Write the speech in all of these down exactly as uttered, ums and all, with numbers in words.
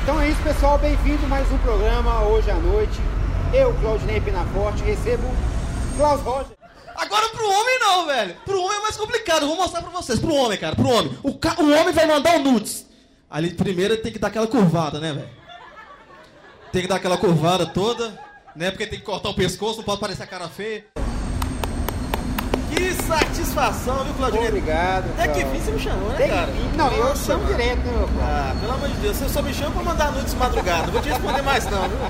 Então é isso, pessoal, bem-vindo a mais um programa hoje à noite. Eu, Claudinei Pinaforte, recebo Klaus Roger. Agora pro homem não, velho. Pro homem é mais complicado, eu vou mostrar pra vocês. Pro homem, cara, pro homem. O, ca... o homem vai mandar o nudes. Ali primeiro tem que dar aquela curvada, né, velho? Tem que dar aquela curvada toda, né? Porque tem que cortar o pescoço, não pode parecer a cara feia. Que satisfação, viu, Claudinei? Obrigado. Até que fim você me chamou, né, cara? Não, Nossa, eu chamo mano. direto, né, meu pai? Ah, pelo amor de Deus, você só me chama pra mandar nudes de madrugada. Não vou te responder mais, não, viu?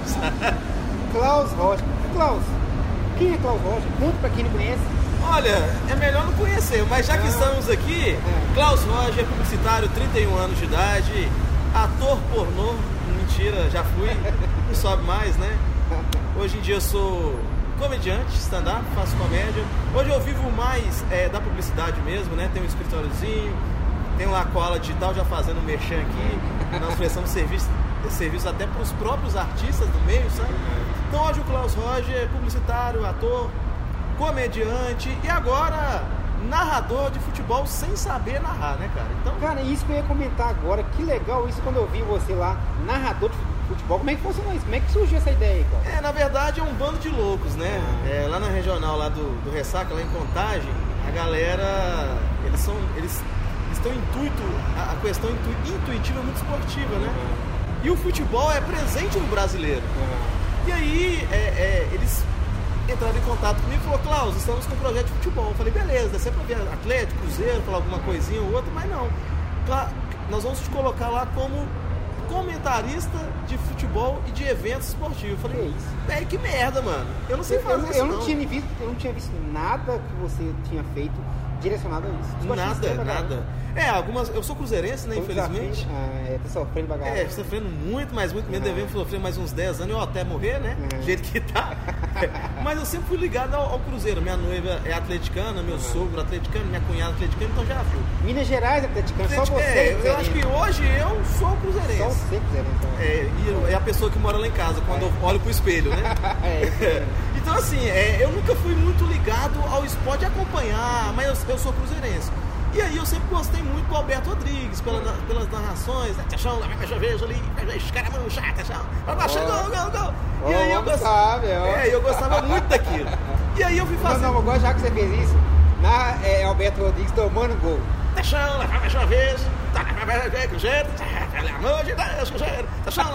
Klaus Roger. Klaus, quem é Klaus Roger? Conta pra quem não conhece. Olha, é melhor não conhecer, mas já que ah, estamos aqui, é. Klaus Roger, publicitário, trinta e um anos de idade, ator pornô, mentira, já fui, não sobe mais, né? Hoje em dia eu sou comediante, stand-up, faço comédia. Hoje eu vivo mais é, da publicidade mesmo, né? Tenho um escritóriozinho, tenho uma cola digital já fazendo um merchan aqui. Nós prestamos serviço, serviço até para os próprios artistas do meio, sabe? Então hoje o Klaus Roger é publicitário, ator, comediante e agora narrador de futebol sem saber narrar, né, cara? Então, cara, isso que eu ia comentar agora. Que legal isso quando eu vi você lá, narrador de futebol. Como é que funcionou isso? Como é que surgiu essa ideia aí, cara? É, na verdade é um bando de loucos, né? Ah. É, lá na regional lá do, do Ressaca, lá em Contagem, a galera, eles são, eles estão intuito, a, a questão intu, intuitiva é muito esportiva, né? Ah. E o futebol é presente no brasileiro. Ah. E aí, é, é, eles entraram em contato comigo e falou: Klaus, estamos com um projeto de futebol. Eu falei: beleza, deve ser pra ver Atlético, Cruzeiro, falar alguma coisinha ou outra, mas não. Claro, nós vamos te colocar lá como comentarista de futebol e de eventos esportivos. Eu falei: isso, velho, que merda, mano. Eu não sei fazer eu, isso. Eu não, não. Tinha visto, eu não tinha visto nada que você tinha feito direcionado a isso. Nada, nada. É, algumas. Eu sou cruzeirense, né? Foi infelizmente. Ah, é, tá sofrendo bagaço. É, sofrendo muito, mas muito mesmo. Devemos sofrer mais uns dez anos, eu até morrer, né? Uhum. Do jeito que tá. Mas eu sempre fui ligado ao, ao Cruzeiro. Minha noiva é atleticana, meu uhum. sogro atleticano, minha cunhada atleticana, então já fui. Minas Gerais atleticana, Atletic... só você. É, eu acho que hoje eu sou cruzeirense. Só você cruzeirense. Então. É, e é a pessoa que mora lá em casa, quando é. eu olho pro espelho, né? é, então, assim, é, eu nunca fui muito ligado ao esporte acompanhar, mas eu, eu sou cruzeirense. E aí eu sempre gostei muito do Alberto Rodrigues, pela, pelas narrações, né? Tachão, lá vai vejo ali, escaramancha, tachão, vai baixando, gol, gol, gol. E aí eu gostava, é, eu gostava muito daquilo. E aí eu fui fazer... Não, não, agora já que você fez isso, na é, Alberto Rodrigues tomando gol. Tachão, lá vai mais uma vez, Cruzeiro, pelo amor de Deus, Cruzeiro, Tachão, lá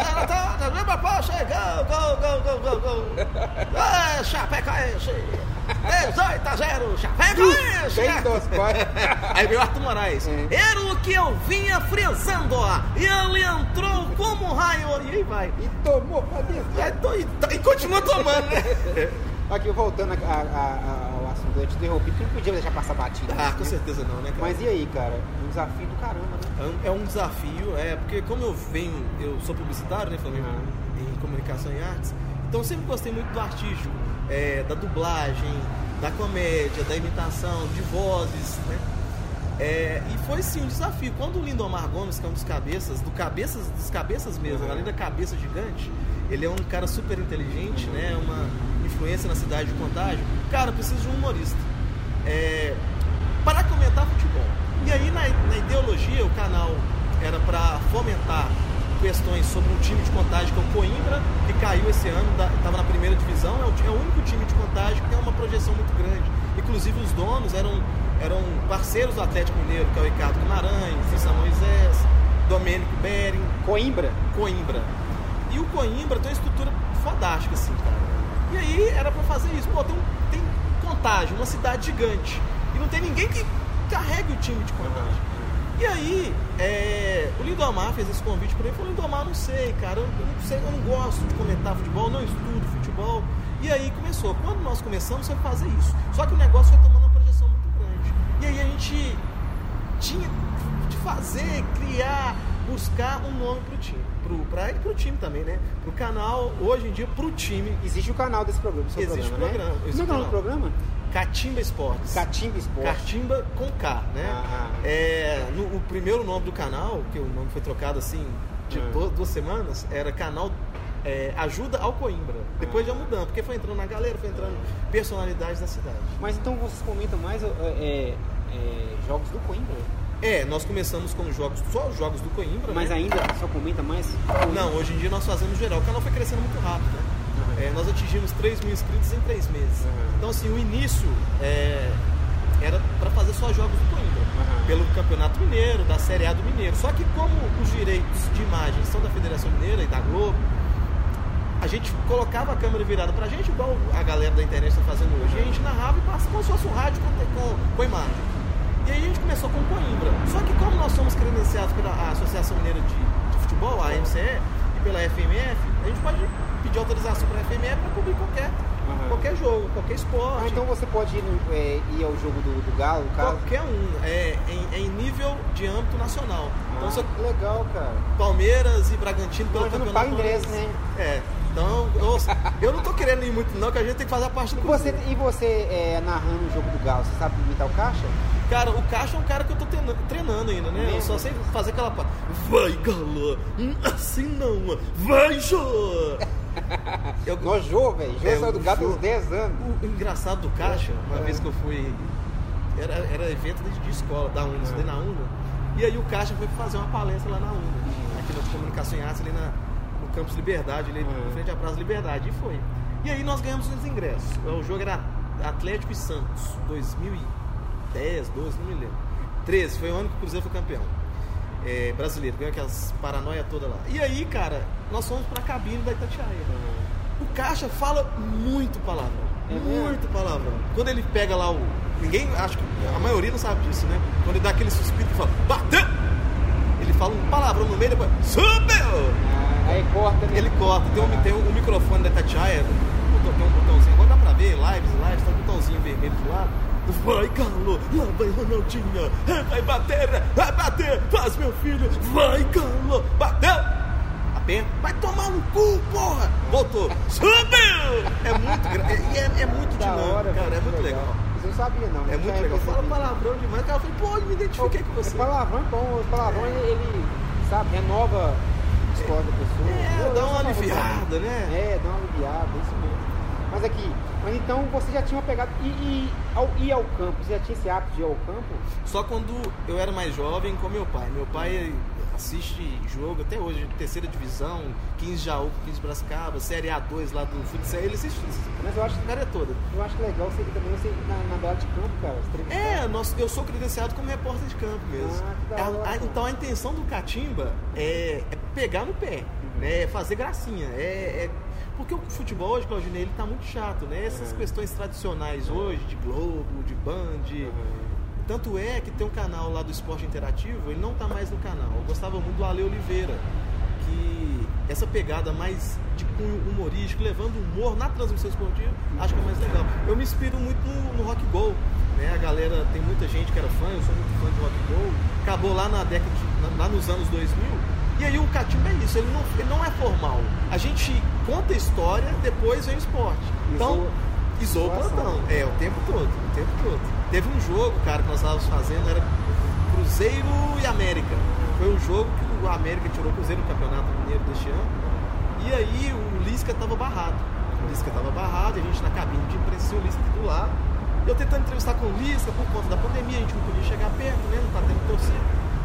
vai vai poxa, gol, gol, gol, gol, gol, gol. Chapecoense. dezoito a zero, Chapecoense! Aí veio o Arthur Moraes. É. Era o que eu vinha frisando, ó. E ele entrou como raio. E aí vai. E tomou pra dentro. E, e, e continua tomando, né? Aqui, voltando a, a, a, ao assunto, eu te interrompi, porque não podia deixar passar batida. Ah, com certeza não, né, cara? Mas e aí, cara? Um desafio do caramba, né? É um desafio, é, porque como eu venho, eu sou publicitário, né, Flamengo, ah. em comunicação e artes, então eu sempre gostei muito do artístico. É, da dublagem, da comédia, da imitação, de vozes, né? É, e foi sim um desafio. Quando o Lindomar Gomes, que é um dos cabeças, do cabeças, dos cabeças mesmo, uhum. além da cabeça gigante, ele é um cara super inteligente, uhum. né? Uma influência na cidade de Contagem. Cara, eu preciso de um humorista é, para comentar futebol. E aí na, na ideologia, o canal era para fomentar questões sobre um time de Contagem que é o Coimbra, que caiu esse ano, estava na primeira divisão, é o, é o único time de Contagem que tem uma projeção muito grande. Inclusive os donos eram, eram parceiros do Atlético Mineiro, que é o Ricardo Guimarães, Cissa Moisés, Domênico Bering. Coimbra? Coimbra. E o Coimbra tem uma estrutura fodástica, assim, cara. E aí era pra fazer isso. Pô, tem, tem Contagem, uma cidade gigante, e não tem ninguém que carregue o time de Contagem. E aí, é, o Lindomar fez esse convite para mim e falou: Lindomar, não sei, cara, eu não sei, eu não gosto de comentar futebol, não estudo futebol. E aí começou. Quando nós começamos a fazer isso, só que o negócio foi tomando uma projeção muito grande. E aí a gente tinha de fazer, criar, buscar um nome pro time. Pro, pra, e pro time também, né? Pro canal, hoje em dia, pro time. Existe o canal desse programa, seu existe programa, o programa. Né? Existe o nome do programa? Catimba Esportes. Catimba Esportes. Catimba com K, né? Ah, é, no, o primeiro nome do canal, que o nome foi trocado assim de ah. duas, duas semanas, era canal é, Ajuda ao Coimbra. Depois ah. já mudando, porque foi entrando na galera, foi entrando personalidades da cidade. Mas então vocês comentam mais é, é, jogos do Coimbra? É, nós começamos com os jogos, só os jogos do Coimbra. Mas né? ainda só comenta mais? Não, hoje em dia nós fazemos geral. O canal foi crescendo muito rápido, né? Uhum. É, nós atingimos três mil inscritos em três meses. Uhum. Então, assim, o início é, era para fazer só jogos do Coimbra, uhum. pelo Campeonato Mineiro, da Série A do Mineiro. Só que como os direitos de imagem são da Federação Mineira e da Globo, a gente colocava a câmera virada pra gente, igual a galera da internet está fazendo hoje. E a gente narrava e passa como se fosse um rádio com, com, com imagem. E aí a gente começou com o Coimbra. Só que como nós somos credenciados pela Associação Mineira de, de Futebol, a A M C E, e pela F M F, a gente pode pedir autorização para a F M F para cobrir qualquer, uhum. qualquer jogo, qualquer esporte. Ah, então você pode ir, no, é, ir ao jogo do, do Galo, no caso? Qualquer um, é em, é em nível de âmbito nacional. Ah, então, você... que legal, cara. Palmeiras e Bragantino pelo não, campeonato. Não paga ingresso, né? É. Então, eu, eu não tô querendo ir muito não, que a gente tem que fazer a parte do E você, e você é, narrando o jogo do Galo, você sabe imitar o Caixa? Cara, o Caixa é um cara que eu tô treinando, treinando ainda, né? É eu só sei fazer aquela parte. Vai, Galo! Assim não! Vai, Jô! Eu... Nós, Jô, velho. Jô é, saiu do Galo tem uns dez anos. O engraçado do Caixa, uma é. vez que eu fui... Era, era evento de, de escola, da UNA, estudei é. na UNA. E aí o Caixa foi fazer uma palestra lá na UNA. Uhum. Aqui na Comunicação em Artes, ali na, no Campus Liberdade, ali uhum. em frente à Praça Liberdade. E foi. E aí nós ganhamos os ingressos. O jogo era Atlético e Santos, dois mil e dez, doze, não me lembro. treze, foi o ano que o Cruzeiro foi campeão. É, brasileiro, ganhou aquelas paranoia toda lá. E aí, cara, nós fomos pra cabine da Itatiaia. Uhum. O Caixa fala muito palavrão. É muito palavrão. Quando ele pega lá o... Ninguém, acho que a maioria não sabe disso, né? Quando ele dá aquele suspiro e fala, bateu! Ele fala um palavrão no meio e depois, subiu! Ah, aí corta, né? Ele corta. Tem um, tem um, um microfone da Itatiaia, tem um botãozinho, agora dá pra ver, lives, lives, tem um botãozinho vermelho do lado. Vai, Galo, lá vai Ronaldinho, vai bater, vai bater, faz meu filho, vai, Galo, bateu, aperta, vai tomar no cu, porra, voltou, subiu, é muito, é, é, é muito dinâmico, hora, cara, é muito legal. legal. Eu não sabia, não. É muito legal, fala palavrão demais, o cara falou, pô, eu me identifiquei com você. O palavrão é bom, o palavrão, é. ele, ele, sabe, renova a escola da pessoa. É, eu, dá uma aliviada, né? É, dá uma aliviada, isso mesmo. Mas aqui, mas então você já tinha uma pegada. E, e ao ir ao campo, você já tinha esse hábito de ir ao campo? Só quando eu era mais jovem com meu pai. Meu pai assiste jogo até hoje, terceira divisão, quinze Jaú, quinze Brascaba, Série A dois lá do futsal, ele assiste isso. Mas eu acho a cara toda. Eu acho legal você também você na, na beira de campo, cara. É, nós, eu sou credenciado como repórter de campo mesmo. Ah, que da hora, a, a, então a intenção do Catimba é, é pegar no pé, uhum. né? É fazer gracinha. É, é, porque o futebol hoje, Claudinei, ele tá muito chato, né? Essas uhum. questões tradicionais hoje, de Globo, de Band. Uhum. Tanto é que tem um canal lá do Esporte Interativo, ele não tá mais no canal. Eu gostava muito do Ale Oliveira, que essa pegada mais de cunho humorístico, levando humor na transmissão esportiva, acho que é mais legal. Eu me inspiro muito no, no Rock Go, né? A galera, tem muita gente que era fã, eu sou muito fã de Rock Go. Acabou lá na década de, lá nos anos dois mil. E aí o Catimba é isso, ele não, ele não é formal. A gente conta a história, depois vem o esporte. Então, isou o plantão. É, o tempo todo, o tempo todo. Teve um jogo, cara, que nós estávamos fazendo, era Cruzeiro e América. Foi o jogo que o América tirou o Cruzeiro do Campeonato Mineiro deste ano. E aí o Lisca estava barrado. O Lisca estava barrado, a gente na cabine de imprensa, o Lisca do lado. Eu tentando entrevistar com o Lisca, por conta da pandemia, a gente não podia chegar perto, né? Não tá tendo torcida.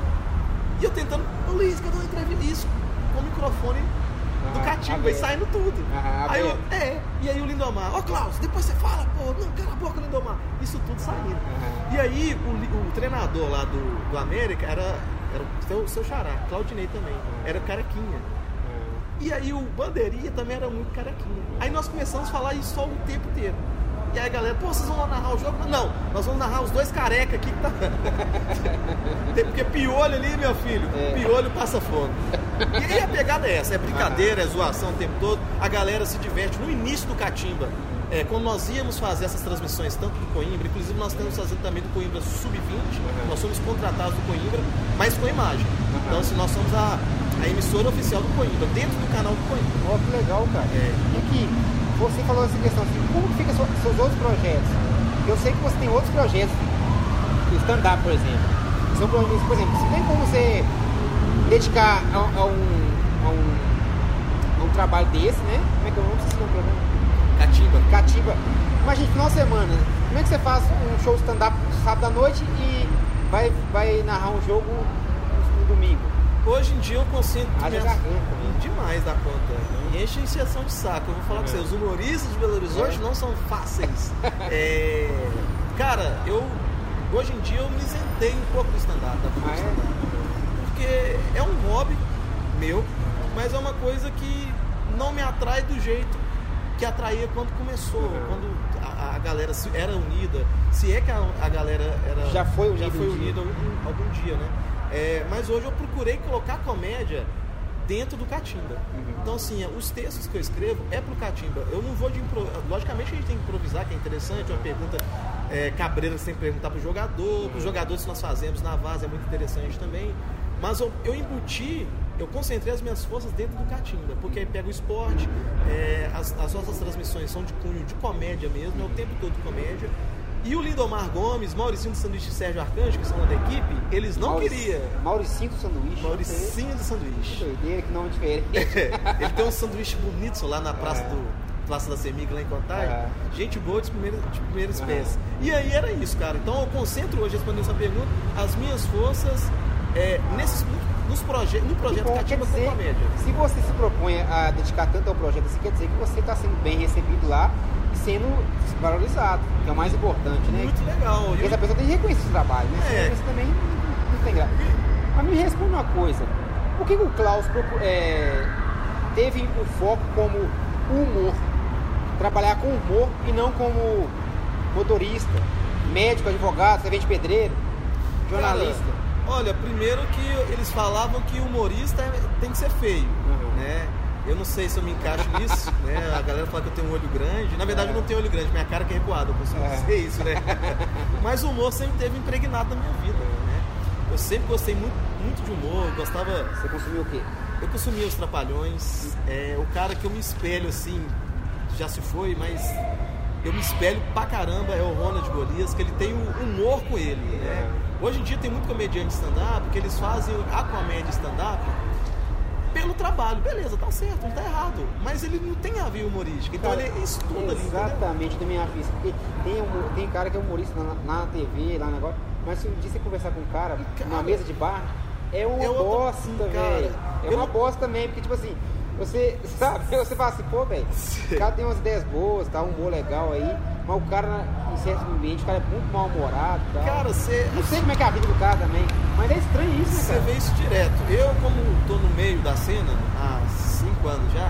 E eu tentando, ô Lisca, dá uma entrevista, isso, com o microfone do ah, Catimba, e saindo tudo. Ah, aí eu, é, e aí o Lindomar, ó oh, Klaus, depois você fala, pô, não, cala a boca, Lindomar. Isso tudo saindo. Ah, e aí o, o treinador lá do, do América era, era o seu, seu xará, Claudinei também, era carequinha. E aí o Bandeirinha também era muito carequinha. Aí nós começamos a falar isso só o tempo inteiro. E aí a galera, pô, vocês vão lá narrar o jogo? Não, nós vamos narrar os dois careca aqui que tá... Porque piolho ali, meu filho, é. piolho passa fome. E aí a pegada é essa, é brincadeira, é zoação o tempo todo. A galera se diverte. No início do Catimba, é, quando nós íamos fazer essas transmissões, tanto do Coimbra, inclusive nós estamos fazendo também do Coimbra sub vinte, uhum. nós somos contratados do Coimbra, mas com imagem. Uhum. Então, assim, nós somos a, a emissora oficial do Coimbra, dentro do canal do Coimbra. Ó, que legal, cara. É. E aqui... Você falou essa questão assim, como que ficam seus outros projetos? Eu sei que você tem outros projetos, stand-up, por exemplo. São projetos, por exemplo, se tem como você dedicar a, a, um, a, um, a um trabalho desse, né? Como é que eu não sei se é um programa? Catimba. Catimba. Imagina, final de semana, como é que você faz um show stand-up sábado à noite e vai, vai narrar um jogo no, no domingo. Hoje em dia eu concentro Ah, minhas... garganta, né? demais da conta. E enche a injeção de saco. Eu vou falar é. com você, os humoristas de Belo Horizonte é. não são fáceis. é... Cara, eu hoje em dia eu me isentei um pouco do stand-up. Da ah, stand-up. É? Porque é um hobby meu, mas é uma coisa que não me atrai do jeito que atraía quando começou, uhum. quando a, a galera era unida, se é que a, a galera era, já foi unida, já foi unida algum, algum dia, né? É, mas hoje eu procurei colocar comédia dentro do Catimba. Uhum. Então, assim, os textos que eu escrevo é pro Catimba. Eu não vou de improviso. Logicamente, a gente tem que improvisar, que é interessante. Uma pergunta é, cabreira, você tem que perguntar pro jogador. Os jogadores que nós fazemos na Vaza é muito interessante também. Mas eu, eu embuti, eu concentrei as minhas forças dentro do Catimba. Porque aí pega o esporte, é, as, as nossas transmissões são de cunho de comédia mesmo, é o tempo todo comédia. E o Lindomar Gomes, Mauricinho do Sanduíche e Sérgio Arcanjo, que são da equipe, eles não Mauric... queriam. Mauricinho do Sanduíche. Mauricinho do Sanduíche. Que doideira, que nome diferente. Ele tem um sanduíche bonito lá na Praça, é. do, Praça da Semig, lá em Contagem. É. Gente boa de primeira, de primeira espécie. É. E aí era isso, cara. Então eu concentro hoje, respondendo essa pergunta, as minhas forças é, nesses, nos proje no projeto Catimba com comédia. Se você se propõe a dedicar tanto ao projeto, assim, quer dizer que você está sendo bem recebido lá, sendo valorizado, que é o mais importante, né? Muito legal. Porque eu... essa pessoa tem que reconhecer o trabalho, né? É. Isso também não tem graça. Mas me responde uma coisa, por que o Klaus é, teve o foco como o humor, trabalhar com humor e não como motorista, médico, advogado, servente pedreiro, jornalista? Cara, olha, primeiro que eles falavam que humorista tem que ser feio, uhum. né? Eu não sei se eu me encaixo nisso, né? A galera fala que eu tenho um olho grande. Na verdade, é. eu não tenho olho grande, minha cara que é recuada, eu consigo é. dizer isso, né? Mas o humor sempre teve impregnado na minha vida, né? Eu sempre gostei muito, muito de humor, gostava... Você consumiu o quê? Eu consumia os Trapalhões. É, o cara que eu me espelho, assim, já se foi, mas eu me espelho pra caramba é o Ronald Golias, que ele tem o humor com ele, né? Hoje em dia tem muito comediante stand-up, que eles fazem a comédia stand-up pelo trabalho, beleza, tá certo, não tá errado, mas ele não tem a ver humorística, então cara, ele estuda ali. Exatamente, também acho isso, porque tem, um, tem cara que é humorista na, na T V, lá no negócio, mas se um dia você conversar com um cara, cara numa mesa de bar, é uma é bosta, velho. É uma não... bosta também, porque tipo assim, você sabe, você fala assim, pô, velho, o cara tem umas ideias boas, tá, um humor legal aí, mas o cara, em certo ambiente, o cara é muito mal-humorado, tá? Cara, você... Não sei como é que é a vida do cara também, mas é estranho isso, né, cara? Você vê isso direto. Eu, como tô no meio da cena, há cinco anos já,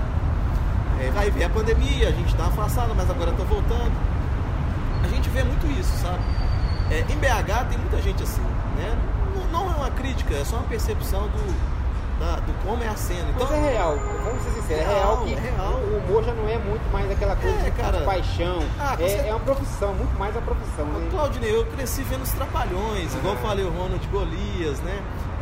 é, vai ver a pandemia, a gente dá uma afastada, mas agora tá voltando. A gente vê muito isso, sabe? É, em B H tem muita gente assim, né? Não, não é uma crítica, é só uma percepção do... Da, do como é a cena. Então, mas é real, vamos ser sinceros, é real que é real. O humor já não é muito mais aquela coisa é, de, cara, de paixão, ah, é, você... é uma profissão, muito mais a profissão. Né? Claudinei, eu cresci vendo os Trapalhões, ah. igual eu falei, o Ronald Golias, né?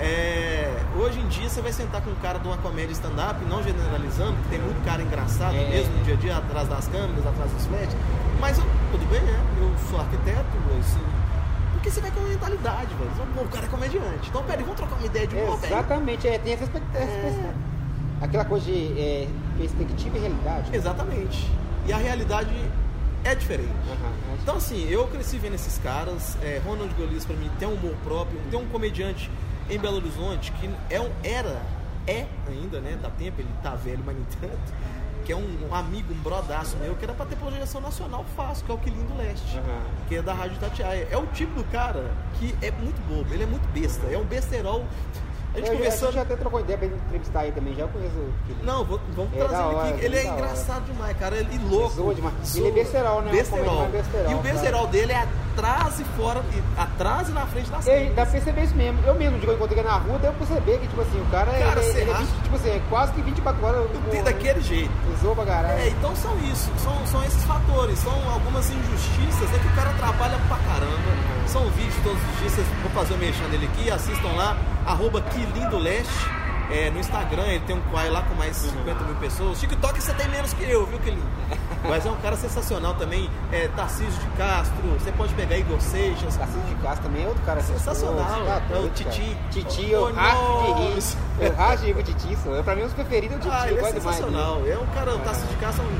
É, hoje em dia você vai sentar com um cara de uma comédia stand-up, não generalizando, porque tem muito cara engraçado é. mesmo no dia a dia, atrás das câmeras, atrás dos flash, mas eu, tudo bem, né? Eu sou arquiteto, assim, porque você vai com uma mentalidade, velho. O cara é comediante. Então, peraí, vamos trocar uma ideia de humor, velho. Exatamente, é, tem essa expectativa. É. Aquela coisa de é, perspectiva e realidade. Exatamente. E a realidade é diferente. Uhum. Então, assim, eu cresci vendo esses caras. É, Ronald Golias, pra mim, tem um humor próprio. Tem um comediante em Belo Horizonte que é um, era, é ainda, né? Dá tempo, ele tá velho, mas nem tanto. Que é um, um amigo, um brodaço meu, que era pra ter projeção nacional fácil, que é o Quilinho do Leste, uhum. que é da Rádio Itatiaia. É o tipo do cara que é muito bobo, ele é muito besta, é um besterol. A gente, eu, conversando... a gente já até trocou ideia pra ele entrevistar ele também, já conheço o Quilinho. Não, vou, vamos é trazer ele hora, aqui, ele é engraçado hora. demais, cara, ele é louco. Zoa demais. Ele é besterol, né? Besterol. Um besterol, e o besterol cara. dele é atrás e fora, atrás e na frente da cena. Dá pra perceber isso mesmo. Eu mesmo, digo, eu encontrei na rua, deu pra perceber que, tipo assim, o cara, cara ele, ele é acha... vinte, tipo assim, é quase que vinte e quatro horas. Tem daquele jeito. Zoa pra caralho. É, então são isso, são, são esses fatores, são algumas injustiças, é que o cara trabalha pra caramba. São vídeos todos os dias, vocês vão fazer o mexendo dele aqui, assistam lá, arroba Quilinho do Leste. É, no Instagram, ele tem um quai lá com mais cinquenta mil pessoas. TikTok você tem menos que eu, viu, Quilinho? Mas é um cara sensacional também. É, Tarcísio de Castro, você pode pegar Igor Seixas. Tarcísio de Castro também é outro cara sensacional. Tá é o Titi. Titi, eu racho de rir. Eu racho de rir com o Titi. Pra mim, um dos preferidos é o Titi. Ah, ele é sensacional. É um cara, o Tarcísio de Castro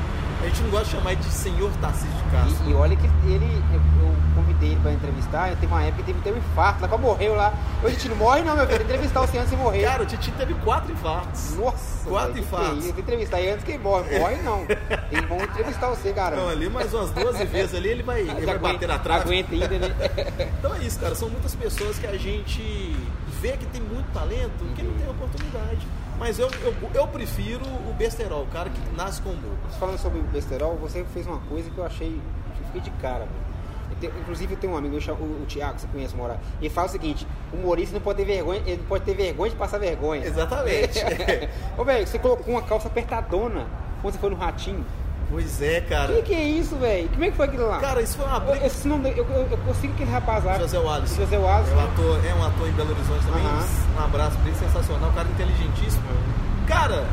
A gente não gosta de chamar ele de senhor Tarcísio de Castro. E, e olha que ele, eu, eu convidei ele pra entrevistar, teve uma época que teve, teve um infarto, lá que morreu lá. Hoje a gente não morre não, meu filho, entrevistar você antes de morrer. Cara, o Titi teve quatro infartos. Nossa, quatro véio, infartos. Tem que entrevistar ele antes que ele morre, morre não. Eles vão entrevistar você, cara. Não, ali mais umas doze vezes ali ele vai, ele vai aguenta, bater na trave. Aguenta ainda, né? Então é isso, cara, são muitas pessoas que a gente vê que tem muito talento que não tem oportunidade. Mas eu, eu, eu prefiro o besterol, o cara que nasce com humor. Falando sobre o besterol, você fez uma coisa que eu achei, eu fiquei de cara, velho. Inclusive eu tenho um amigo, o, o Thiago, você conhece, Morar, ele fala o seguinte: o humorista não pode ter vergonha, ele não pode ter vergonha de passar vergonha. Exatamente. Ô, velho, você colocou uma calça apertadona quando você foi no Ratinho. Pois é, cara. O que, que é isso, velho? Como é que foi aquilo lá? Cara, isso foi uma briga. Esse nome, eu, eu, eu consigo aquele rapaz lá. José Wallace. José Wallace. É um ator, é um ator em Belo Horizonte também. Uh-huh. Um abraço pra ele, sensacional, um cara inteligentíssimo. Uh-huh. Cara,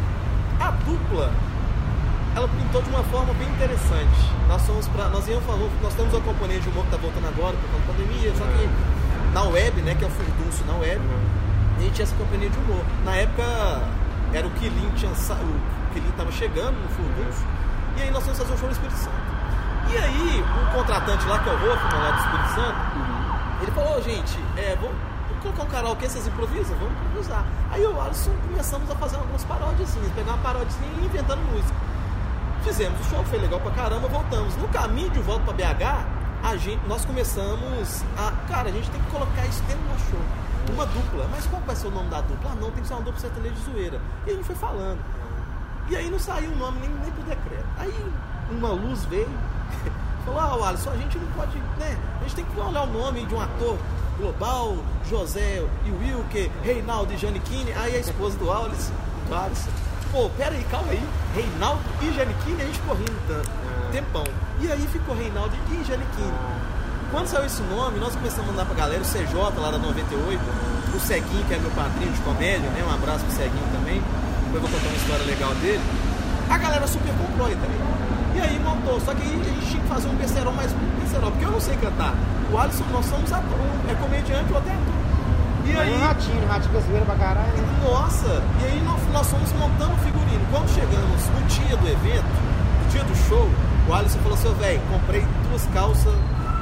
a dupla, ela pintou de uma forma bem interessante. Nós fomos pra. Nós íamos falando, nós temos uma companhia de humor que tá voltando agora por conta da pandemia, só que na web, né, que é o Furdunço na web, uh-huh. a gente tinha essa companhia de humor. Na época era o Quilin, tinha, o Quilin tava chegando no Furdunço. E aí nós fomos fazer um show no Espírito Santo. E aí, o contratante lá, que é o Hoffman, lá do Espírito Santo, uhum. ele falou, oh, gente, é, vamos, vamos colocar um karaokê, vocês improvisam? Vamos improvisar. Aí eu e o Alisson começamos a fazer algumas paródiazinhas, pegar uma paródiazinha e ir inventando música. Fizemos o show, foi legal pra caramba, voltamos. No caminho de volta pra B H, a gente, nós começamos a... Cara, a gente tem que colocar isso dentro do nosso show. Uma dupla. Mas qual vai ser o nome da dupla? Ah, não, tem que ser uma dupla sertaneja de zoeira. E a gente foi falando. E aí não saiu o nome nem, nem pro decreto. Aí uma luz veio, falou, ah, o Alisson, a gente não pode, né? A gente tem que olhar o nome de um ator global, José e Wilker, Reinaldo e Giannichini. Aí a esposa do Alisson, do Alisson, pô, pera aí, calma aí, Reinaldo e Giannichini, a gente ficou rindo tanto, tempão. E aí ficou Reinaldo e Giannichini. Quando saiu esse nome, nós começamos a mandar pra galera, o C J lá da noventa e oito, o Ceguinho, que é meu padrinho de comédia, né? Um abraço pro Ceguinho também. Depois vou contar uma história legal dele. A galera super comprou aí também. E aí montou, só que aí a gente tinha que fazer um besterol mais besterol, porque eu não sei cantar. O Alisson, nós somos ator, é comediante ou até ator. E aí. Um ratinho, um ratinho da zoeira pra caralho, né? Nossa, e aí nós, nós fomos montando figurino. Quando chegamos no dia do evento, no dia do show, o Alisson falou assim, velho, comprei duas calças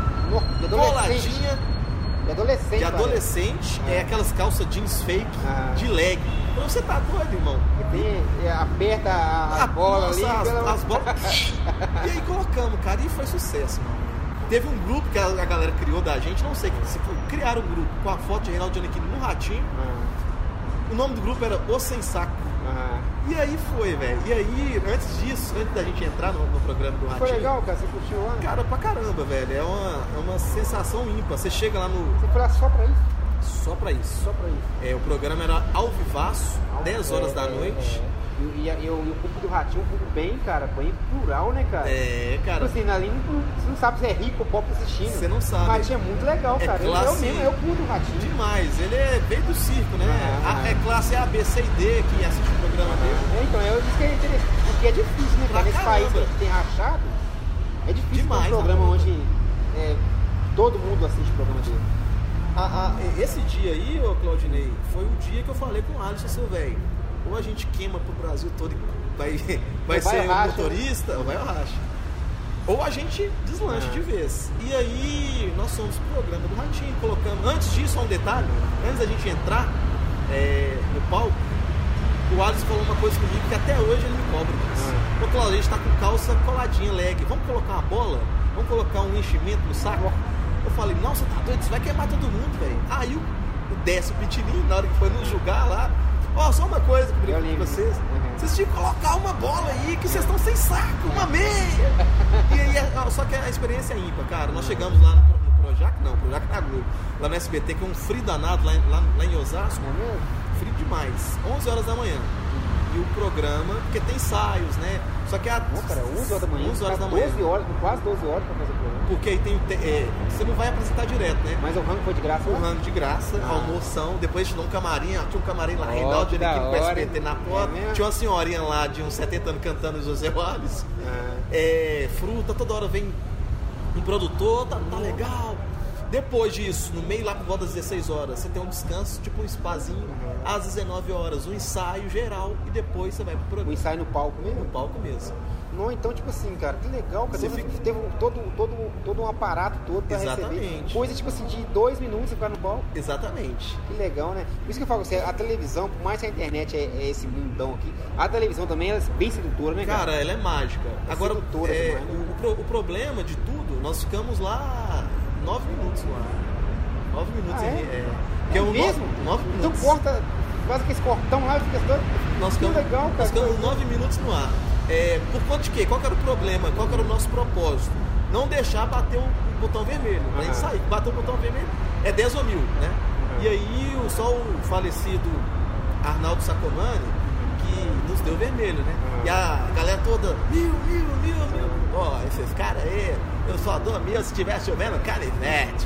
coladinhas. De adolescente. De adolescente, é, é aquelas calças jeans fake, ah. de leg. Então você tá doido, irmão. Tem, aperta a, a bola nossa, ali. As, pela... as bolas. E aí colocamos, cara, e foi sucesso, mano. Teve um grupo que a, a galera criou da gente, não sei, se foi, criaram um grupo com a foto de Reinaldo Giannichini no Ratinho. Ah. O nome do grupo era O Sem Saco. Ah. E aí foi, velho. E aí, antes disso, antes da gente entrar no, no programa do Ratinho... Foi legal, cara? Você curtiu lá? Cara, pra caramba, velho. É uma, é uma sensação ímpar. Você chega lá no... Você foi lá só pra isso? Só pra isso. Só pra isso. É, o programa era ao vivaço, ao dez horas é, da noite. É. E, e, e, e o público do Ratinho, um público bem, cara, bem plural, né, cara? É, cara. Tipo assim, ali você não sabe se é rico ou pobre assistindo. Você não sabe. O Ratinho é muito legal, é cara. Classe... Eu, eu mesmo, eu curto o Ratinho. Demais. Ele é bem do circo, né? Ah, a, é classe A, B, C e D que assiste o programa ah, dele. É, então, eu disse que é interessante. Porque é difícil, né, cara? Nesse caramba. país que a gente tem rachado, é difícil Demais, ter um programa né? onde é, todo mundo assiste o programa dele. A, a, esse dia aí, ô Claudinei, foi o dia que eu falei com o Alisson, seu velho. Ou a gente queima pro Brasil todo e vai, vai, vai ser o motorista, ou vai ao racha. Ou a gente deslancha ah. de vez. E aí, nós somos pro programa do Ratinho, colocamos. Antes disso, só um detalhe, antes da gente entrar é, no palco, o Alisson falou uma coisa comigo que até hoje ele me cobra disso. Ah. Ô Claudio, a gente tá com calça coladinha, leg. Vamos colocar uma bola? Vamos colocar um enchimento no saco? Eu falei, não, você tá doido? Isso vai queimar todo mundo, velho. Aí o, o Décio Pitininho, na hora que foi nos julgar lá, ó, oh, só uma coisa que eu brinco com vocês. Uhum. Vocês tinham que colocar uma bola aí, que vocês estão sem saco, uma meia. E aí, só que a experiência é ímpar, cara. Nós chegamos lá no, no Projac, não, Projac na Globo, lá no S B T, que é um frio danado lá, lá, lá em Osasco. Uhum. Frio demais, onze horas da manhã. E o programa, porque tem ensaios, né? Só que a... Não, cara, onze horas da manhã. onze horas da manhã. doze horas, quase doze horas pra fazer o programa. Porque aí tem... É, você não vai apresentar direto, né? Mas o rango foi de graça? O rango de graça, ah. almoção. Depois tinha um camarim, ó, tinha um camarim lá, oh, Reinaldo Giannichini com o S B T na porta. É tinha uma senhorinha lá de uns setenta anos cantando José Wallace. Ah. É, fruta, toda hora vem um produtor, tá, tá legal. Depois disso, no meio lá por volta das dezesseis horas, você tem um descanso, tipo um spazinho. Uhum. Às dezenove horas, um ensaio geral e depois você vai pro programa. Um ensaio no palco mesmo? No palco mesmo. Não, então, tipo assim, cara, que legal, cara. Você fica... Teve um, todo, todo, todo um aparato todo pra Exatamente. receber. Coisa, tipo assim, de dois minutos você ficar no palco. Exatamente. Que legal, né? Por isso que eu falo, você, a televisão, por mais que a internet é, é esse mundão aqui, a televisão também ela é bem sedutora, né, cara? Cara, ela é mágica. É Agora, sedutora é, demais, né? o, o, o problema de tudo, nós ficamos lá nove minutos lá. Nove minutos ah, é? em, é, é, é um mesmo? Nove, nove então minutos. corta, faz aquele cortão lá e fica todo... Nós que ficamos, legal, cara. Nós ficamos nove minutos no ar. É, por conta de quê? Qual que era o problema? Qual que era o nosso propósito? Não deixar bater o botão vermelho. Pra gente sair. Bater o botão vermelho é dez ou mil, né? Uhum. E aí o, só o falecido Arnaldo Sacomani que nos deu vermelho, né? Uhum. E a galera toda, mil, mil, mil, mil. Ó, oh, esses caras aí, eu só dou mil se estiver chovendo canivete.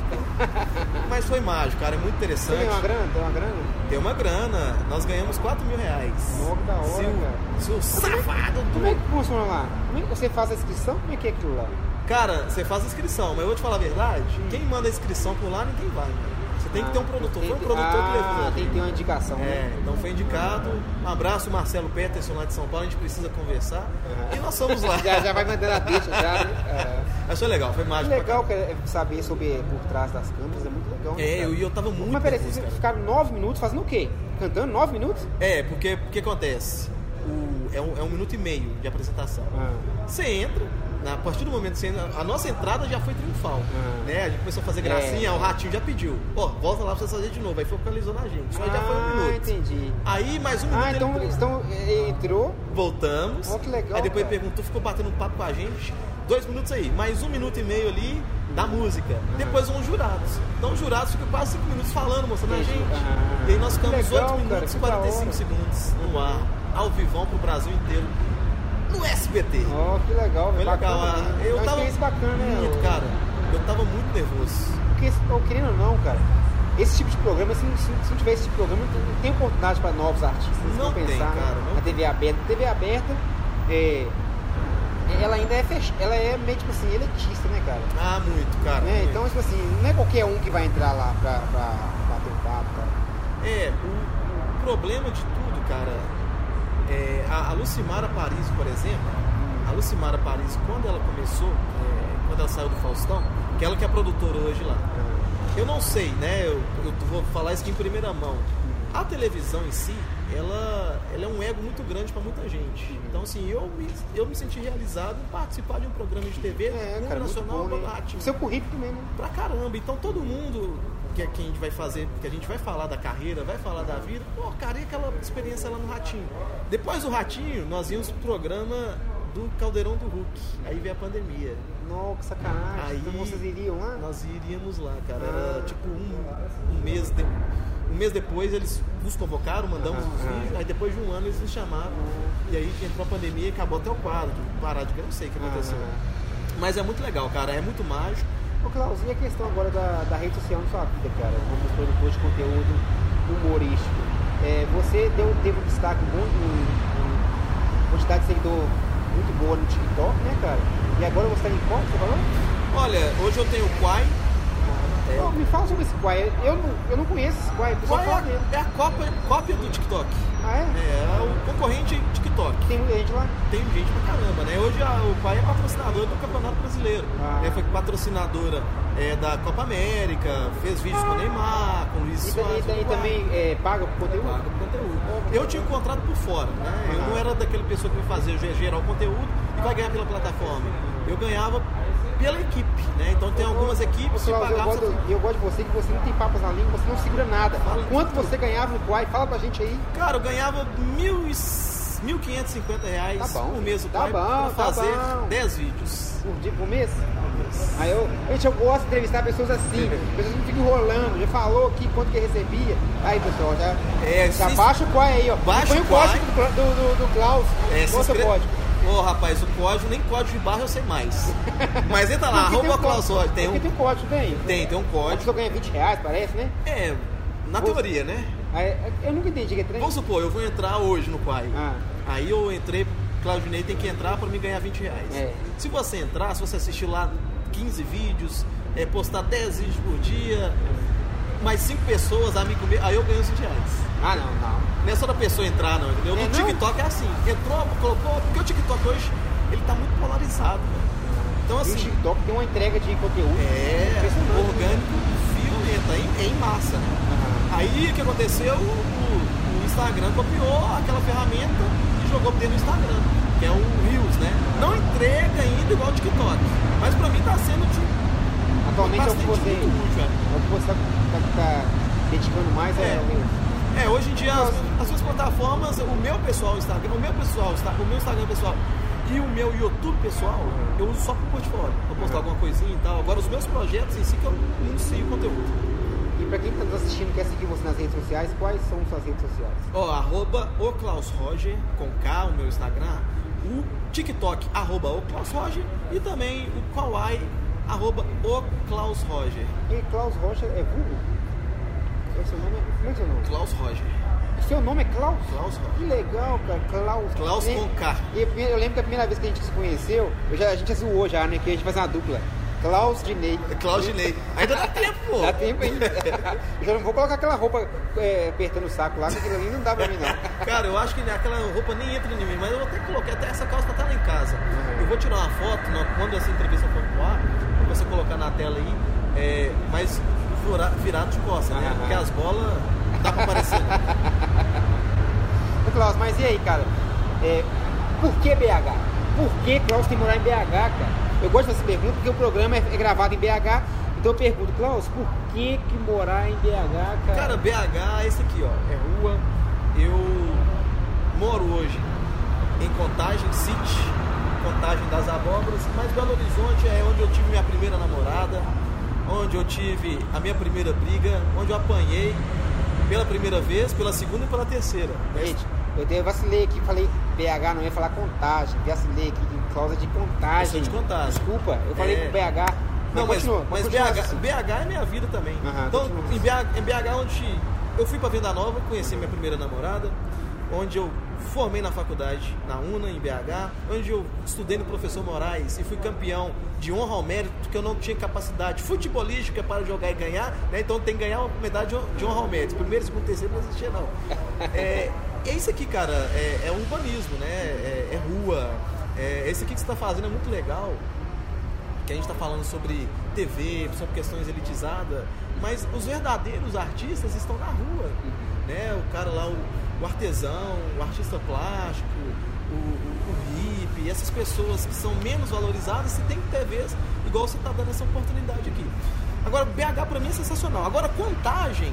Mas foi mágico, cara, é muito interessante. Tem uma grana? Tem uma grana? Tem uma grana. Nós ganhamos quatro mil reais. Nossa, da hora, se o, cara. Se o safado do... Como é que funciona lá? Como é que você faz a inscrição? Como é que é aquilo lá? Cara, você faz a inscrição, mas eu vou te falar a verdade, hum. quem manda a inscrição por lá, ninguém vai, né? Você tem que ter um produtor. Foi um produtor ah, que levou. Tem que ter uma indicação. É, né? então foi indicado. Um abraço, Marcelo Peterson, lá de São Paulo. A gente precisa conversar. Uhum. E nós fomos lá. já, já vai mandando a deixa, já, né? É. Achou legal, foi mágico. É legal é saber sobre por trás das câmeras, é muito legal. É, né, eu, eu tava muito. Mas peraí, vocês ficaram nove minutos fazendo o quê? Cantando nove minutos? É, porque o que acontece? O, é, um, é um minuto e meio de apresentação. Ah. Você entra. A partir do momento que a nossa entrada já foi triunfal, uhum. né? A gente começou a fazer gracinha, é. O Ratinho já pediu, ó, oh, volta lá pra você fazer de novo, aí focalizou na gente, só ah, já foi um minuto. Entendi. Aí mais um minuto. Ah, então, ele... então entrou. Voltamos. Oh, que legal. Aí depois cara. perguntou, ficou batendo um papo com a gente, dois minutos aí, mais um minuto e meio ali da música. Uhum. Depois vão os jurados. Então os jurados ficam quase cinco minutos falando, mostrando entendi. A gente. Ah, e aí nós ficamos oito minutos e quarenta e cinco segundos no ar, ao vivão pro Brasil inteiro. No S B T. Oh, que legal, foi legal. Bacana, eu tava tava bacana, né? Muito, cara. Eu tava muito nervoso. Porque, querendo ou não, cara, esse tipo de programa, se, se, se não tiver esse tipo de programa, não tem oportunidade para novos artistas. Não tem, pensar, cara. Né? A T V aberta. A T V aberta, é, ela ainda é fech... ela é meio tipo assim, elitista, né, cara? Ah, muito, cara. Né? Muito. Então, tipo assim, não é qualquer um que vai entrar lá pra, pra bater um papo, cara. É, o, o problema de tudo, cara, é, a, a Lucimara Paris, por exemplo. A Lucimara Paris, quando ela começou, é, quando ela saiu do Faustão, que ela que é a produtora hoje lá. Eu não sei, né? Eu, eu vou falar isso aqui em primeira mão. A televisão em si, ela, ela é um ego muito grande para muita gente. Então, assim, eu me, eu me senti realizado em participar de um programa de T V é, cara, nacional, bom, né? Seu currículo também, né? Pra caramba. Então, todo mundo que, é, que a gente vai fazer, que a gente vai falar da carreira, vai falar da vida, pô, cara, e aquela experiência lá no Ratinho? Depois do Ratinho, nós íamos pro programa do Caldeirão do Hulk. Aí veio a pandemia. Nossa, que sacanagem. Aí então vocês iriam lá? Nós iríamos lá, cara. Era ah. tipo um, um mês de, um mês depois eles nos convocaram, mandamos ah, os ah. vídeos, aí depois de um ano eles nos chamaram. Ah. E aí entrou a pandemia e acabou até o quadro. Parar de eu não sei o que aconteceu. Ah. Mas é muito legal, cara. É muito mágico. Ô, Klaus, e a questão agora da, da rede social na sua vida, cara? Como produtor de conteúdo humorístico. É, você deu, teve um destaque bom em quantidade de seguidor muito boa no TikTok, né, cara? E agora você tá em qual, você falou? Olha, hoje eu tenho o Quai. É. Não, me fala sobre esse Quai. Eu não, eu não conheço esse Quai. Quai é, é a cópia, cópia do TikTok. Ah, é? É, é o concorrente TikTok. Tem muita gente lá? Tem gente pra caramba, né? Hoje a, o Quai é patrocinador do Campeonato Brasileiro. Ah. Né? Foi patrocinadora é, da Copa América, fez vídeos ah. com o Neymar, com o Luiz e Soares. E, e, e também é, paga por conteúdo? Paga por conteúdo. Okay. Eu tinha um contrato por fora, né? Ah. Eu não era daquele pessoa que vai fazer, gerar o conteúdo e vai ganhar pela plataforma. Eu ganhava pela equipe, né? Então tem algumas equipes que pagavam... Eu gosto, eu gosto de você, que você não tem papas na língua, você não segura nada. Fala Quanto tudo. Você ganhava no Quai? Fala pra gente aí. Cara, eu ganhava mil e quinhentos e cinquenta reais tá bom, por mês no tá Quai bom, pra fazer tá bom. dez vídeos. Por dia, por mês? Aí eu, gente, eu gosto de entrevistar pessoas assim, pessoas não ficam enrolando, já falou aqui quanto que recebia. Aí, pessoal, já, é, já se... baixa o Quai aí, ó. Baixa Põe o o código do, do, do Klaus. É, Qual é o código? Ô, oh, rapaz, o código, nem código de barra eu sei mais. Mas entra lá, arroba Klaus Roger. Tem um... tem um código, tem? Tem, tem um código. A pessoa ganha vinte reais, parece, né? É, na Vou... teoria, né? Aí, eu nunca entendi que é trem. Vamos supor, eu vou entrar hoje no Quai. Ah. Aí eu entrei, Claudinei tem que entrar para me ganhar vinte reais. É. Se você entrar, se você assistir lá quinze vídeos, é, postar dez vídeos por dia, mais cinco pessoas, amigo meu, aí eu ganho cem reais. Ah, não, não. Não é só da pessoa entrar, não, entendeu? É, no não? TikTok é assim, entrou, colocou, porque o TikTok hoje, ele tá muito polarizado, velho. Então E o assim, TikTok tem uma entrega de conteúdo é impressionante. orgânico, violento, é em, é em massa, né? Aham. Aí o que aconteceu? O, o, o Instagram copiou aquela ferramenta e jogou dentro do Instagram, que é o Reels, né? Não entrega ainda igual o TikTok, mas pra mim tá sendo tipo, Atualmente é o que bastante você, muito útil, velho. é o que você tá, tá, tá dedicando mais É. é o Reels. É, hoje em dia as, as suas plataformas, o meu pessoal Instagram, o meu pessoal, o meu Instagram pessoal e o meu YouTube pessoal, eu uso só pro portfólio, pra postar alguma coisinha e tal. Agora os meus projetos em si que eu inicio o conteúdo. E pra quem tá nos assistindo e quer seguir você nas redes sociais, quais são suas redes sociais? Ó, arroba o Klaus Roger, com K, o meu Instagram, o TikTok, arroba o Klaus Roger, e também o Kawaii, arroba o Klaus Roger. E Klaus Rocha é vulgo? É seu nome? Como é seu nome? Klaus Roger. Seu nome é Klaus? Klaus Roger. Que legal, cara. Klaus. Klaus E- com K. E a primeira- eu lembro que a primeira vez que a gente se conheceu, eu já, a gente já zoou já, né? Que a gente faz uma dupla. Klaus Dinei. Claudinei. Ainda dá tempo, pô. Dá tempo ainda. Eu já não vou colocar aquela roupa é, apertando o saco lá, que aquilo ali não dá pra mim, não. Cara, eu acho que aquela roupa nem entra em mim, mas eu vou ter que colocar até essa calça pra estar lá em casa. Uhum. Eu vou tirar uma foto na- quando essa entrevista for pro ar, pra você colocar na tela aí, é, mas vira- virado de costas, né? Uhum. Porque as bolas dá pra aparecer. Ô, Klaus, mas e aí, cara? É, por que B H? Por que Klaus tem que morar em B H, cara? Eu gosto dessa pergunta porque o programa é, é gravado em B H, então eu pergunto, Klaus, por que que morar em B H, cara? Cara, B H é esse aqui, ó. É rua. Eu moro hoje em Contagem City, Contagem das Abóboras, mas Belo Horizonte é onde eu tive minha primeira namorada, onde eu tive a minha primeira briga, onde eu apanhei pela primeira vez, pela segunda e pela terceira. Gente, eu, eu vacilei aqui, falei B H, não ia falar Contagem, vacilei aqui, Klaus é de Contagem. Eu sou de Contagem. Desculpa, eu falei É. com B H. Não, mas, continua, mas continua BH, assim. B H é minha vida também. Aham, então, continua. em B H, em B H, onde eu fui pra Venda Nova, conheci minha primeira namorada, onde eu formei na faculdade, na UNA, em B H, onde eu estudei no Professor Moraes e fui campeão de honra ao mérito, porque eu não tinha capacidade futebolística para jogar e ganhar, né? Então tem que ganhar uma medalha de honra ao mérito. Primeiro, segundo, terceiro não existia, não. É, é isso aqui, cara, é, é urbanismo, né? É, é rua. É, esse aqui que você está fazendo é muito legal, que a gente está falando sobre T V, sobre questões elitizadas, mas os verdadeiros artistas estão na rua, né? O cara lá, o, o artesão, o artista plástico, o, o, o hippie, essas pessoas que são menos valorizadas, você tem que ter vez, igual você está dando essa oportunidade aqui. Agora, B H para mim é sensacional. Agora, Contagem,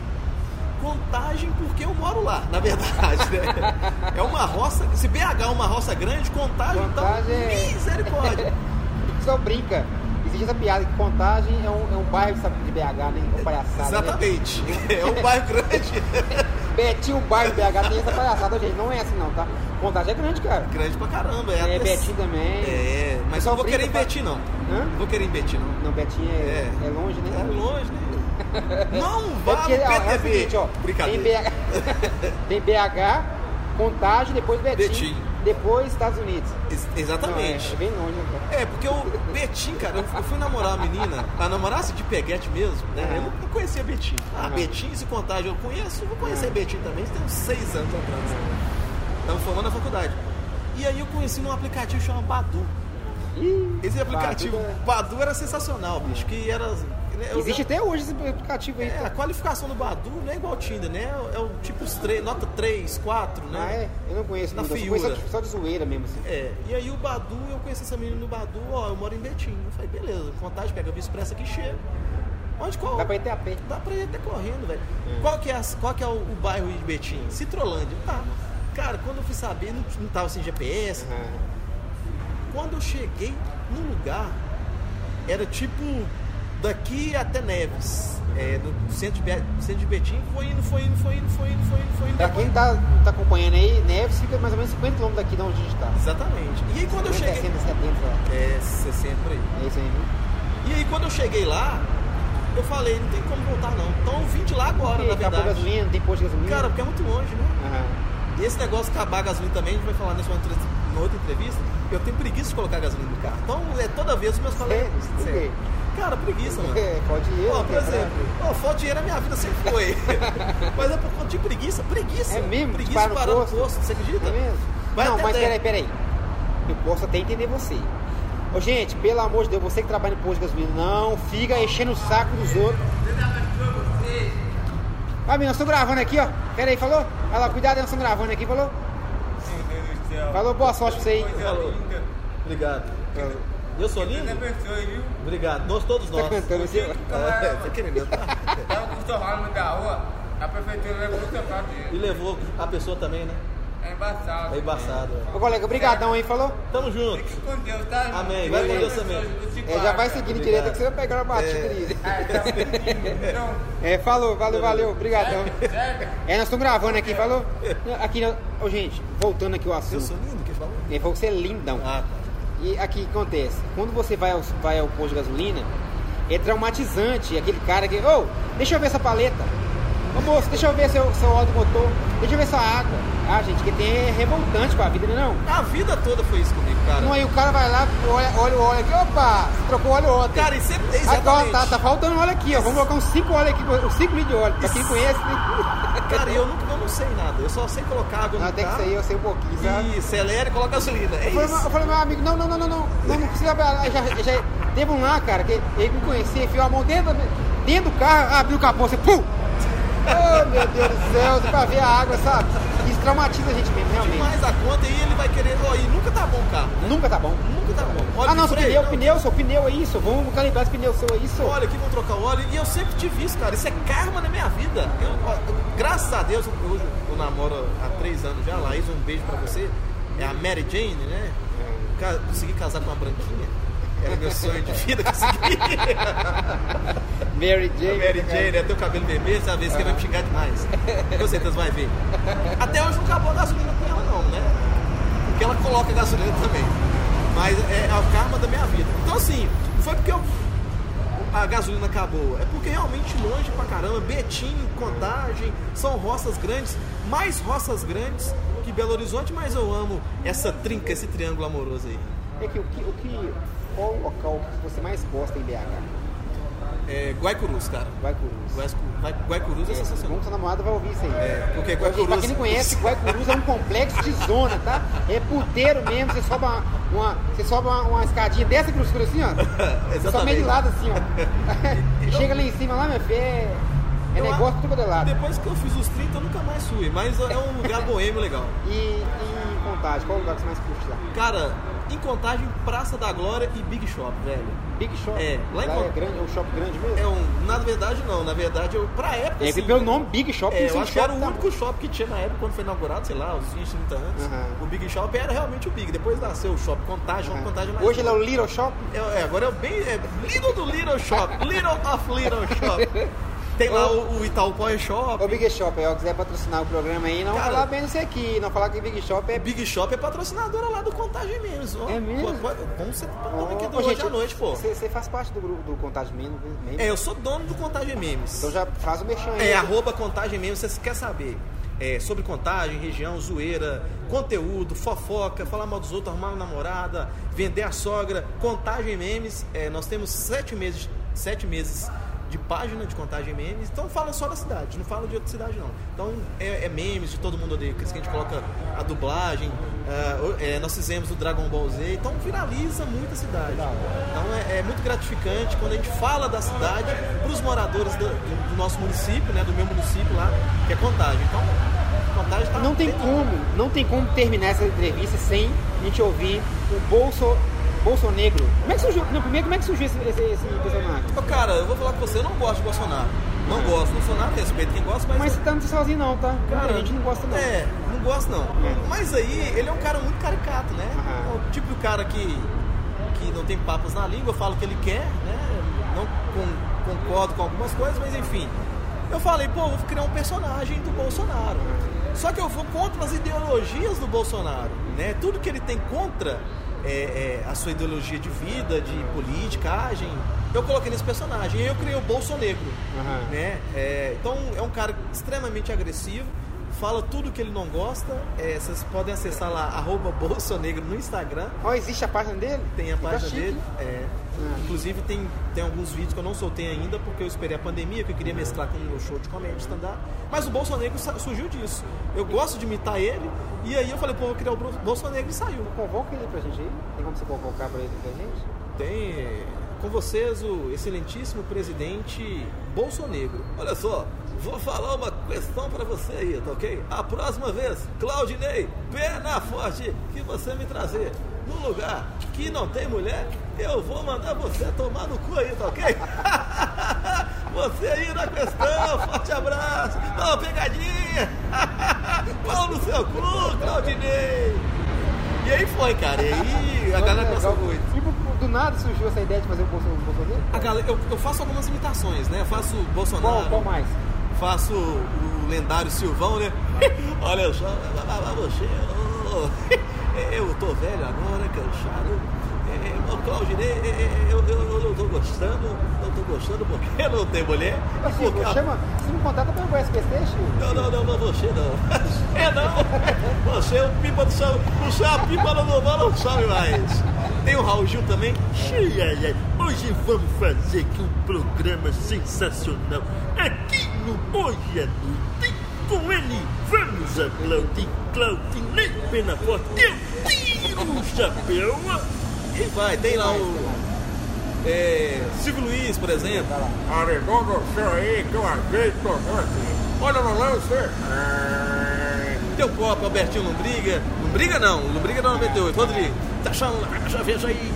Contagem porque eu moro lá, na verdade, né? É uma roça, se B H é uma roça grande, Contagem, Contagem então, é- misericórdia. Só brinca. Existe essa piada que Contagem é um, é um bairro sabe, de B H, né? É palhaçada. Exatamente. Né? É um bairro grande. Betinho, o bairro B H tem essa palhaçada, gente. Não é assim não, tá? Contagem é grande, cara. Grande pra caramba. É, É, até- Betim também. É, mas Pessoal não vou brinca, querer em fala- Betim, não. Hã? Não vou querer em Betim, não. Não, Betim é, É. é longe, né? É longe, né? Não É vá porque, no ó, P é T o V. seguinte, ó. Brincadeira. Tem B H, tem B H, Contagem, depois Betim, Betim. depois Estados Unidos. Ex- Não, é, Exatamente. é bem longe, né, cara? É, porque o Betim, cara, eu eu fui namorar uma menina, a namorar assim de peguete mesmo, né? Aham. Eu não conhecia Betim. Ah, Aham. Betim, se Contagem eu conheço, eu vou conhecer Betim também, isso tem uns seis anos atrás. Estamos formando na faculdade. E aí eu conheci num aplicativo chamado Badu. Ih, Esse aplicativo, Badu é- Badu era sensacional, bicho, que era... eu- Existe até hoje esse aplicativo aí. É, a qualificação do Badu não é igual ao Tinder, né? É o tipo os três, nota três, quatro, né? Ah, é? Eu não conheço Na muito. Eu fiura. conheço só de zoeira mesmo, assim. É, e aí o Badu, eu conheci essa menina no Badu, ó, eu moro em Betim. Eu falei, beleza, Contagem, pega a Via Expressa aqui, chega. Onde qual? Dá pra ir até a pé. Dá pra ir até correndo, velho. Hum. Qual que é, a- qual que é o, o bairro de Betim? Citrolândia. Tá. Cara, quando eu fui saber, não, não tava sem G P S. Aham. Quando eu cheguei no lugar, era tipo daqui até Neves. É, no centro de, Be- centro de Betim, foi indo, foi indo, foi indo, foi indo, foi indo, foi indo. Pra quem tá, tá acompanhando aí, Neves fica mais ou menos cinquenta quilômetros daqui de onde a gente tá. Exatamente. E aí quando eu cheguei... sessenta, setenta, ó. É, sessenta por aí. É isso aí, viu? E aí quando eu cheguei lá, eu falei, não tem como voltar não. Então eu vim de lá agora, Porque na acabou a verdade. gasolina, não tem posto de gasolina. Cara, porque é muito longe, né? Aham. esse negócio de acabar a gasolina também, a gente vai falar nessa outra entrevista, eu tenho preguiça de colocar gasolina no carro. Então, é toda vez os meus colegas... Sério? Cara, preguiça, mano. É, pode dinheiro. Ó, por exemplo, ó, falta dinheiro na minha vida sempre foi. Mas é por conta de preguiça. Preguiça. É mesmo? Preguiça Para de no parar no posto. posto, você acredita? É mesmo? Vai não, até mas dez. peraí, peraí. Eu posso até entender você. Ô, gente, pelo amor de Deus, você que trabalha em posto de gasolina, não fica enchendo o saco dos outros. Ah, nós estamos gravando aqui, ó. Peraí, falou? Olha lá, cuidado, nós estamos gravando aqui, falou? Falou, boa sorte pra você aí. Falou. Obrigado. Eu sou lindo? Obrigado. Nós todos nós. Tá cantando aqui, ó. É, tá querendo. Tava com o torrado no meio da rua, a prefeitura levou o tempo E levou a pessoa também, né? É embaçado. É embaçado. Ô, colega, brigadão aí, falou? Tamo junto. Fique com Deus, tá? Amém. Vai com Deus também. É, já vai seguindo Obrigado. direito que você vai pegar uma batida É. ali. Ah, tá muito Não, É, falou, valeu, valeu, brigadão. sério? É, nós estamos gravando aqui, falou? Aqui, ô, gente, voltando aqui o Eu assunto. sou lindo, quem falou? Ele falou que você é lindão. Ah, tá. E aqui o que acontece? Quando você vai ao, vai ao posto de gasolina, é traumatizante. Aquele cara que, ô, deixa eu ver essa paleta. Ô moço, deixa eu ver seu, seu óleo do motor. Deixa eu ver sua água. Ah, gente, que tem é revoltante com a vida, não é não? A vida toda foi isso comigo, cara. Não, aí o cara vai lá, olha, olha o óleo aqui, opa, você trocou o óleo ontem. Cara, isso é Agora exatamente. tá, tá faltando óleo aqui, ó. Vamos colocar uns cinco óleos aqui, uns cinco litros de óleo. Pra quem conhece, né? Cara, eu nunca eu não sei nada. Eu só sei colocar água no Não, tem que carro. sair, eu sei um pouquinho, sabe? E acelera e coloca gasolina. É Eu falei, isso. eu falei, meu amigo, não, não, não, não, não, não, não precisa. Já, já teve um lá, cara, que ele me conhecia, enfiou a mão dentro, dentro do carro, abriu o capô, você, pum! Oh, meu Deus do céu, você vai ver a água, sabe? Isso traumatiza a gente mesmo, realmente. Demais a conta e ele vai querer. Ó, e nunca tá bom o carro. Né? Nunca tá bom. Nunca tá bom. Óleo Ah, não, de seu freio, pneu, não. pneu, seu pneu é isso, vamos calibrar esse pneu seu é isso. Olha, aqui vão trocar o óleo. E eu sempre tive isso, cara. Isso é karma na minha vida. Eu, ó, graças a Deus, eu, eu, eu namoro há três anos já. Laís, um beijo pra você. É a Mary Jane, né? Ca- Consegui casar com uma branquinha. Era meu sonho de vida, consegui. Mary A Jane. Mary Jane, né? Tem o cabelo vermelho, essa vez que ele vai me xingar demais. Com certeza vai ver. Até hoje não acabou a gasolina com ela, não, né? Porque ela coloca gasolina também. Mas é, é o karma da minha vida. Então, assim, não foi porque eu, a gasolina acabou, é porque realmente longe pra caramba. Betim, Contagem, são roças grandes, mais roças grandes que Belo Horizonte, mas eu amo essa trinca, esse triângulo amoroso aí. É que o que, o que, qual o local que você mais gosta em B H? É, Guaicurus, cara. Guaicurus. Guaicurus, Guaicurus é sensacional. Como sua namorada vai ouvir isso aí. É, porque Gente, Guaicurus... pra quem não conhece, Guaicurus é um complexo de zona, tá? É puteiro mesmo, você sobe uma, uma, você sobe uma, uma escadinha dessa grossura assim, ó. Você sobe meio de lado assim, ó. E chega lá em cima, lá, meu filho, é, é Eu- negócio por todo é lado. Depois que eu fiz os trinta, eu nunca mais fui, mas é um lugar boêmio legal. E em Contagem, qual o lugar que você mais curte lá? Cara, em Contagem, Praça da Glória e Big Shop, velho. Big Shop? É, lá em lá Con- é grande, é um shopping grande mesmo? É um, na verdade não, na verdade eu, pra época É, assim, pelo nome Big Shop, é, tem eu um acho que era o shopping, único shopping que tinha na época quando foi inaugurado, sei lá, uns vinte, trinta anos. Aham. O Big Shop era realmente o Big, depois nasceu o Shopping Contagem, tá? o Contagem mais Hoje ele é o Little Shop? é, é, agora é o bem, é Little do Little Shop, Little of Little Shop. Tem lá o, o Itaú Power Shop. Ô Big Shop, aí, ó, quiser patrocinar o programa aí, não Cara, falar bem isso aqui, não falar que Big Shop é... Big Shop é patrocinadora lá do Contagem Memes. ó. É mesmo? Pô, Como você tá Ô, aqui do ô, hoje gente, à noite, pô. Você você faz parte do grupo do Contagem Memes? Memes? É, eu sou dono do Contagem Memes. Então já faz o merchan aí. É, arroba Contagem Memes, você quer saber é, sobre contagem, região, zoeira, conteúdo, fofoca, falar mal dos outros, arrumar uma namorada, vender a sogra, Contagem Memes. É, nós temos sete meses, sete meses de página de Contagem Memes, então fala só da cidade, não fala de outra cidade não. Então é, é memes de todo mundo odeia, que a gente coloca a dublagem, uh, é, nós fizemos o Dragon Ball Z, então viraliza muito a cidade. Então é, é muito gratificante quando a gente fala da cidade para os moradores do, do, do nosso município, né, do meu município lá, que é Contagem. Então, Contagem tá Não tem bem- como, não tem como terminar essa entrevista sem a gente ouvir o Bolso, Bolsonegro. Como é que surgiu, não, primeiro, como é que surgiu esse, esse, esse personagem? Ô, cara, eu vou falar com você, eu não gosto de Bolsonaro. Não gosto, Bolsonaro respeito quem gosta, mas... Mas você tá não sozinho não, tá? Cara, a gente não gosta não. É, não gosto não. Mas aí, ele é um cara muito caricato, né? Aham. É o tipo de cara que, que não tem papas na língua, fala o que ele quer, né? Não com- concordo com algumas coisas, mas enfim. Eu falei, pô, vou criar um personagem do Bolsonaro. Só que eu vou contra as ideologias do Bolsonaro, né? Tudo que ele tem contra é, é, a sua ideologia de vida, de politicagem, eu coloquei nesse personagem. E eu criei o Bolsonegro, Aham. né? É, então é um cara extremamente agressivo, fala tudo que ele não gosta. É, vocês podem acessar lá, arroba Bolsonegro no Instagram. Ó, existe a página dele? Tem a Fica página chique. dele. É. Ah. Inclusive tem, tem alguns vídeos que eu não soltei ainda, porque eu esperei a pandemia, que eu queria mesclar com o meu show de comédia stand-up. Mas o Bolsonegro surgiu disso. Eu gosto de imitar ele, e aí eu falei, pô, vou criar o Bolsonegro e saiu. Convoca ele pra gente aí? Tem como você convocar pra ele pra gente? Tem com vocês o excelentíssimo presidente Bolsonegro. Olha só, vou falar uma questão pra você aí, tá ok? A próxima vez, Claudinei, perna forte que você me trazer num lugar que não tem mulher, eu vou mandar você tomar no cu aí, tá ok? Você aí na questão, forte abraço, ó, pegadinha, pau no seu cu, Claudinei. E aí foi, cara, e aí a galera gostou muito. Tipo, do nada surgiu essa ideia de fazer o Bolsonaro? A galera, eu, eu faço algumas imitações, né? Eu faço o Bolsonaro. Qual, qual mais? Faço o lendário Silvão, né? Olha só, você, oh, eu tô velho agora, cansado. Ô, Claudinei, eu, eu, eu não tô gostando, não tô gostando porque não tem mulher. Mas, porque... Chico, chama, se me contrata pelo S P C, Chico. Não, não, não, não, você não. É não. Você é o pipa do chão. Você é a pipa do Nobel, não sabe mais. Tem o Raul Gil também. Hoje vamos fazer aqui um programa sensacional aqui no Hoje à Noite. Com ele, vamos a Claudinei, Claudinei Pena Forte. Eu tiro o chapéu. E vai, tem lá o é, Silvio Luiz, por exemplo. Arredondo o céu aí que eu ajeito aqui. Olha no lance. Tem o copo, Albertinho Lombriga. Lombriga não, Lombriga não noventa e oito. Rodrigo, tá chamando, já vejo aí,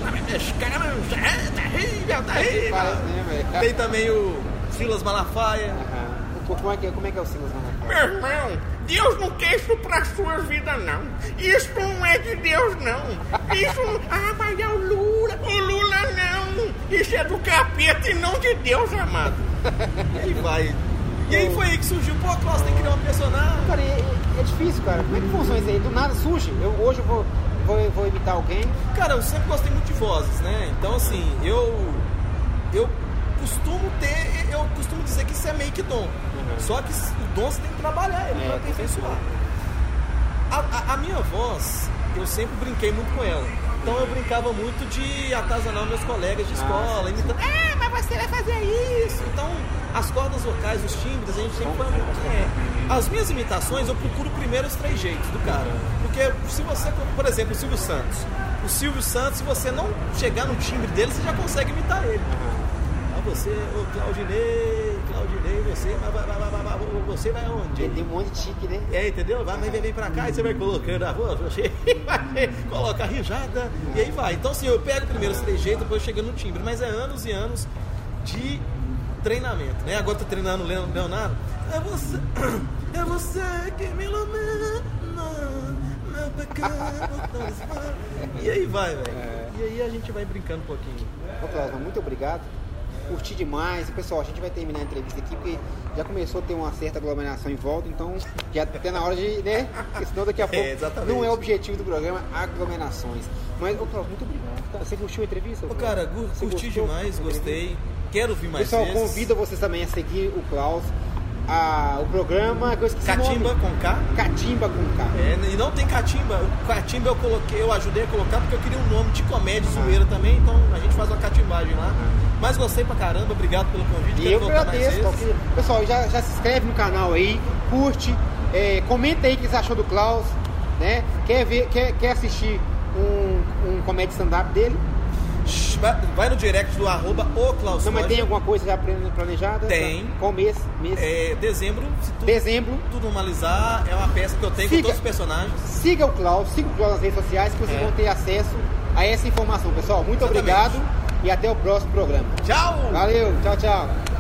tá terrível, tá terrível. Tem também o Silas Malafaia. Uhum. Como é que, como é, que é o Silas Malafaia? Meu irmão, Deus não quer isso pra sua vida, não. Isso não é de Deus, não. Isso, ah, mas é o Lula. O Lula não. Isso é do capeta e não de Deus, amado. E aí vai. E aí foi aí que surgiu, pô, Klaus, tem que criar uma personagem. Cara, é, é difícil, cara. Como é que funciona isso aí? Do nada surge. Eu, hoje eu vou, vou, vou imitar alguém. Cara, eu sempre gostei muito de vozes, né? Então, assim, eu... Eu costumo ter... Eu costumo dizer que isso é meio que dom. Uhum. Só que o dom você tem que trabalhar ele, é, pra aperfeiçoar. A, a, a minha voz, eu sempre brinquei muito com ela. Então eu brincava muito de atazanar meus colegas de escola, ah, imitando, ah, mas você vai fazer isso. Então, as cordas vocais, os timbres, a gente sempre foi muito. É. As minhas imitações, eu procuro primeiro os três jeitos do cara. Porque se você, por exemplo, o Silvio Santos. O Silvio Santos, se você não chegar no timbre dele, você já consegue imitar ele. Ah, você, ô Claudinei, Claudinei, você vai, vai, vai, vai, você vai aonde? Tem um monte de tique, né? É, entendeu? Vai, vem, vem pra cá e você vai colocando a voz, você vai colocar risada e aí vai. Então assim, eu pego primeiro os três jeitos, depois chegando no timbre, mas é anos e anos de treinamento, né? Agora tô treinando o Leonardo. É você, é você que me ilumina, meu pecado. E aí vai, velho. É. E aí a gente vai brincando um pouquinho. Ô, Cláudio, muito obrigado. Curti demais. E, pessoal, a gente vai terminar a entrevista aqui porque já começou a ter uma certa aglomeração em volta, então já até na hora de, né? Porque senão daqui a pouco é, não é o objetivo do programa, aglomerações. Mas, ô, Cláudio, muito obrigado. Você curtiu a entrevista? Ô, cara, você curti gostou? demais, gostei. Quero ouvir mais Pessoal, vezes. convido vocês também a seguir o Klaus. A, o programa que eu esqueci Catimba o nome. com K. Catimba com K. É, e não tem Catimba. O Catimba eu coloquei, eu ajudei a colocar porque eu queria um nome de comédia zoeira ah. também, então a gente faz uma catimbagem lá. Ah. Mas gostei pra caramba, obrigado pelo convite. E eu agradeço. Porque, pessoal, já, já se inscreve no canal aí, curte, é, comenta aí o que você achou do Klaus, né? Quer ver, quer, quer assistir um, um comédia stand-up dele? Vai no direct do arroba o Klaus. Não, mas tem alguma coisa já planejada? Tem. Qual mês? mês? É dezembro. Se tudo, dezembro. Tudo normalizar. É uma peça que eu tenho siga, com todos os personagens. Siga o Klaus, siga o Klaus nas redes sociais que vocês é. vão ter acesso a essa informação, pessoal. Muito Exatamente. Obrigado e até o próximo programa. Tchau! Valeu, tchau, tchau.